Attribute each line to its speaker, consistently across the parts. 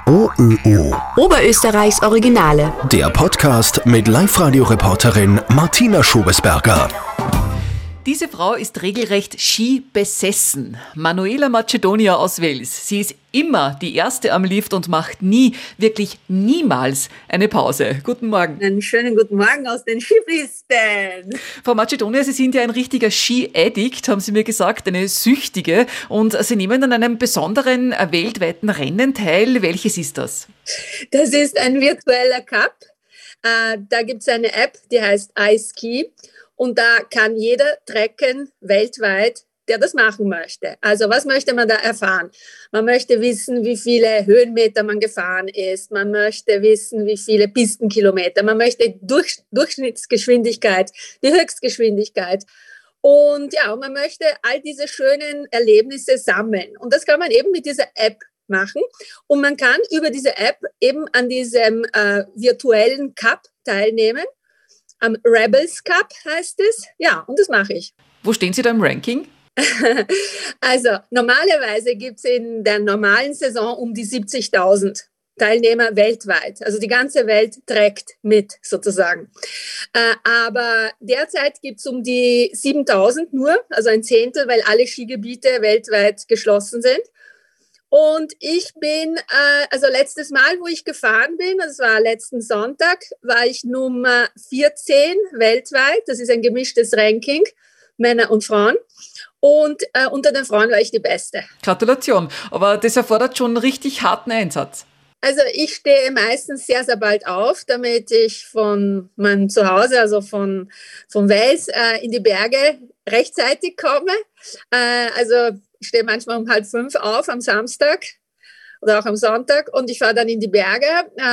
Speaker 1: OÖO.
Speaker 2: Oberösterreichs Originale.
Speaker 1: Der Podcast mit Live-Radio-Reporterin Martina Schobesberger.
Speaker 3: Diese Frau ist regelrecht Ski-besessen. Manuela Macedonia aus Wels. Sie ist immer die Erste am Lift und macht nie, wirklich niemals eine Pause. Guten Morgen.
Speaker 4: Einen schönen guten Morgen aus den Skipisten.
Speaker 3: Frau Macedonia, Sie sind ja ein richtiger Ski-Addict, haben Sie mir gesagt, eine Süchtige. Und Sie nehmen an einem besonderen weltweiten Rennen teil. Welches ist das?
Speaker 4: Das ist ein virtueller Cup. Da gibt es eine App, die heißt iSki. Und da kann jeder trekken weltweit, der das machen möchte. Also was möchte man da erfahren? Man möchte wissen, wie viele Höhenmeter man gefahren ist. Man möchte wissen, wie viele Pistenkilometer. Man möchte Durchschnittsgeschwindigkeit, die Höchstgeschwindigkeit. Und ja, man möchte all diese schönen Erlebnisse sammeln. Und das kann man eben mit dieser App machen. Und man kann über diese App eben an diesem virtuellen Cup teilnehmen. Am Rebels Cup heißt es. Ja, und das mache ich.
Speaker 3: Wo stehen Sie da im Ranking?
Speaker 4: Also normalerweise gibt es in der normalen Saison um die 70.000 Teilnehmer weltweit. Also die ganze Welt trägt mit sozusagen. Aber derzeit gibt es um die 7.000 nur, also ein Zehntel, weil alle Skigebiete weltweit geschlossen sind. Und ich bin, also letztes Mal, wo ich gefahren bin, das war letzten Sonntag, war ich Nummer 14 weltweit. Das ist ein gemischtes Ranking, Männer und Frauen. Und unter den Frauen war ich die Beste.
Speaker 3: Gratulation, aber das erfordert schon richtig harten Einsatz.
Speaker 4: Also ich stehe meistens sehr, sehr bald auf, damit ich von meinem Zuhause, also von Wels in die Berge rechtzeitig komme. Also ich stehe manchmal um 4:30 auf am Samstag oder auch am Sonntag und ich fahre dann in die Berge,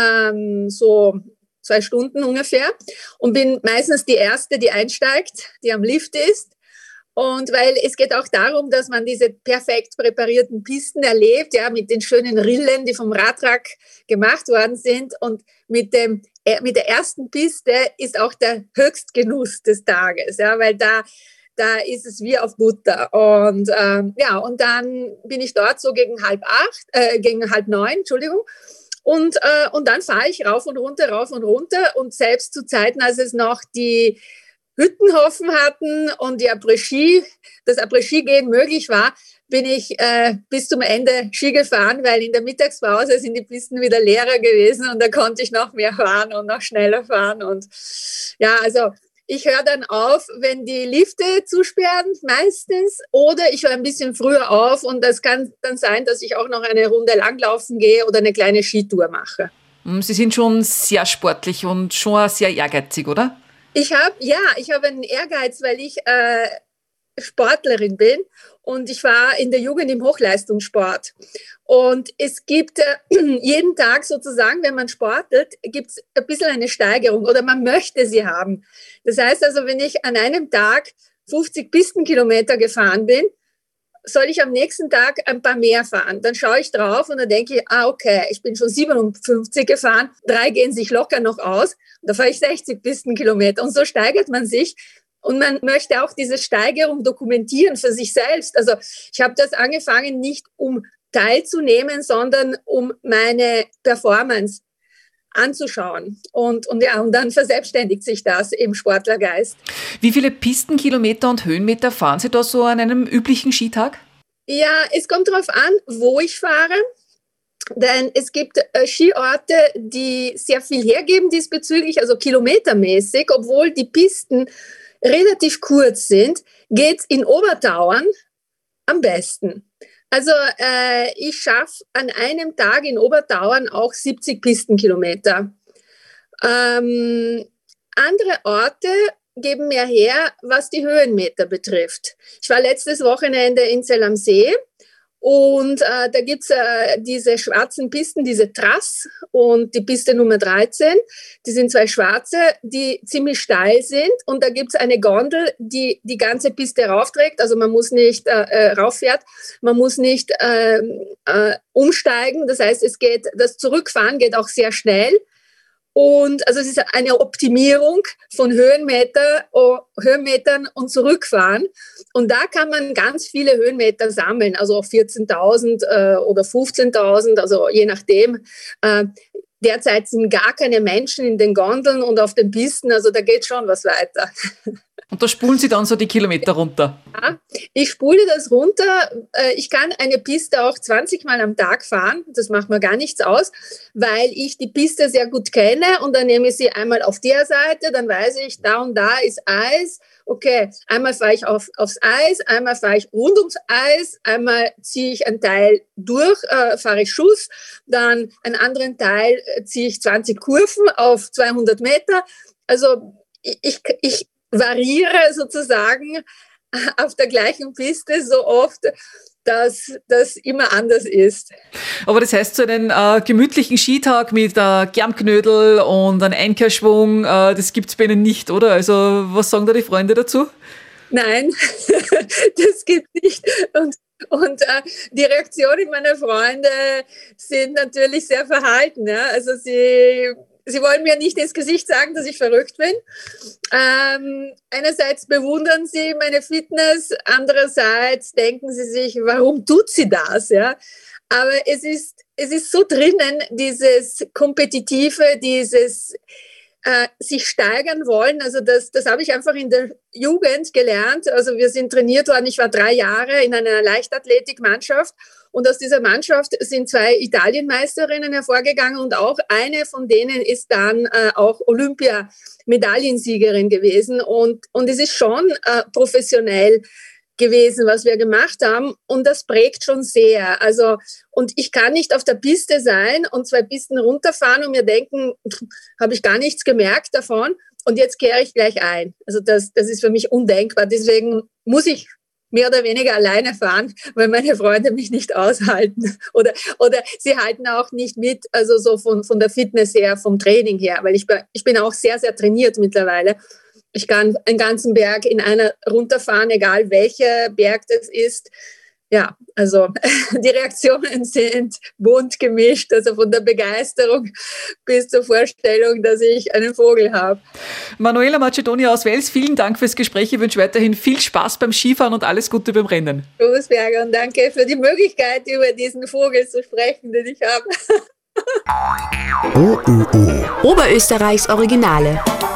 Speaker 4: so 2 Stunden ungefähr und bin meistens die Erste, die einsteigt, die am Lift ist. Und weil es geht auch darum, dass man diese perfekt präparierten Pisten erlebt, ja, mit den schönen Rillen, die vom Radtrack gemacht worden sind. Und mit der ersten Piste ist auch der Höchstgenuss des Tages, ja, weil da ist es wie auf Butter. Und ja, und dann bin ich dort so gegen 8:30, Entschuldigung. Und dann fahre ich rauf und runter. Und selbst zu Zeiten, als es noch die Hüttenhofen hatten und das Après-Ski-Gehen möglich war, bin ich bis zum Ende Ski gefahren, weil in der Mittagspause sind die Pisten wieder leerer gewesen und da konnte ich noch mehr fahren und noch schneller fahren. Und ja, also ich höre dann auf, wenn die Lifte zusperren, meistens, oder ich höre ein bisschen früher auf und das kann dann sein, dass ich auch noch eine Runde langlaufen gehe oder eine kleine Skitour mache.
Speaker 3: Sie sind schon sehr sportlich und schon sehr ehrgeizig, oder?
Speaker 4: Ich habe einen Ehrgeiz, weil ich Sportlerin bin und ich war in der Jugend im Hochleistungssport. Und es gibt jeden Tag sozusagen, wenn man sportelt, gibt es ein bisschen eine Steigerung oder man möchte sie haben. Das heißt also, wenn ich an einem Tag 50 Pistenkilometer gefahren bin, soll ich am nächsten Tag ein paar mehr fahren. Dann schaue ich drauf und dann denke ich, okay, ich bin schon 57 gefahren, 3 gehen sich locker noch aus, da fahre ich 60 Pistenkilometer und so steigert man sich. Und man möchte auch diese Steigerung dokumentieren für sich selbst. Also ich habe das angefangen, nicht um teilzunehmen, sondern um meine Performance anzuschauen. Und dann verselbstständigt sich das im Sportlergeist.
Speaker 3: Wie viele Pistenkilometer und Höhenmeter fahren Sie da so an einem üblichen Skitag?
Speaker 4: Ja, es kommt darauf an, wo ich fahre. Denn es gibt Skiorte, die sehr viel hergeben diesbezüglich, also kilometermäßig, obwohl die Pisten relativ kurz sind, geht's in Obertauern am besten. Also ich schaffe an einem Tag in Obertauern auch 70 Pistenkilometer. Andere Orte geben mir her, was die Höhenmeter betrifft. Ich war letztes Wochenende in Zell am See. Und da gibt's diese schwarzen Pisten, diese Trass und die Piste Nummer 13. Die sind 2 schwarze, die ziemlich steil sind. Und da gibt's eine Gondel, die die ganze Piste raufträgt. Also man muss nicht rauffährt, man muss nicht umsteigen. Das heißt, das Zurückfahren geht auch sehr schnell. Und also es ist eine Optimierung von Höhenmetern und Zurückfahren. Und da kann man ganz viele Höhenmeter sammeln, also auf 14.000 oder 15.000, also je nachdem. Derzeit sind gar keine Menschen in den Gondeln und auf den Pisten, also da geht schon was weiter.
Speaker 3: Und da spulen Sie dann so die Kilometer runter?
Speaker 4: Ja, ich spule das runter. Ich kann eine Piste auch 20 Mal am Tag fahren. Das macht mir gar nichts aus, weil ich die Piste sehr gut kenne und dann nehme ich sie einmal auf der Seite, dann weiß ich, da und da ist Eis. Okay, einmal fahre ich aufs Eis, einmal fahre ich rund ums Eis, einmal ziehe ich einen Teil durch, fahre ich Schuss, dann einen anderen Teil ziehe ich 20 Kurven auf 200 Meter. Also ich variiere sozusagen auf der gleichen Piste so oft, dass das immer anders ist.
Speaker 3: Aber das heißt, so einen gemütlichen Skitag mit Germknödel und einem Einkehrschwung, das gibt's bei Ihnen nicht, oder? Also was sagen da die Freunde dazu?
Speaker 4: Nein, das gibt's nicht. Und die Reaktionen meiner Freunde sind natürlich sehr verhalten. Ja? Also Sie wollen mir nicht ins Gesicht sagen, dass ich verrückt bin. Einerseits bewundern sie meine Fitness, andererseits denken sie sich, warum tut sie das? Ja? Aber es ist so drinnen, dieses Kompetitive, dieses sich steigern wollen. Also das habe ich einfach in der Jugend gelernt. Also wir sind trainiert worden. Ich war 3 Jahre in einer Leichtathletikmannschaft und aus dieser Mannschaft sind 2 Italienmeisterinnen hervorgegangen und auch eine von denen ist dann auch Olympia-Medaillensiegerin gewesen und es ist schon professionell gewesen, was wir gemacht haben und das prägt schon sehr. Also und ich kann nicht auf der Piste sein und 2 Pisten runterfahren und mir denken, habe ich gar nichts gemerkt davon und jetzt kehre ich gleich ein. Also das ist für mich undenkbar. Deswegen muss ich mehr oder weniger alleine fahren, weil meine Freunde mich nicht aushalten oder sie halten auch nicht mit, also so von der Fitness her, vom Training her, weil ich bin auch sehr, sehr trainiert mittlerweile. Ich kann einen ganzen Berg in einer runterfahren, egal welcher Berg das ist. Ja, also die Reaktionen sind bunt gemischt, also von der Begeisterung bis zur Vorstellung, dass ich einen Vogel habe.
Speaker 3: Manuela Macedonia aus Wels, vielen Dank fürs Gespräch. Ich wünsche weiterhin viel Spaß beim Skifahren und alles Gute beim Rennen.
Speaker 4: Schobesberger, und danke für die Möglichkeit, über diesen Vogel zu sprechen, den ich habe.
Speaker 2: Oberösterreichs Originale.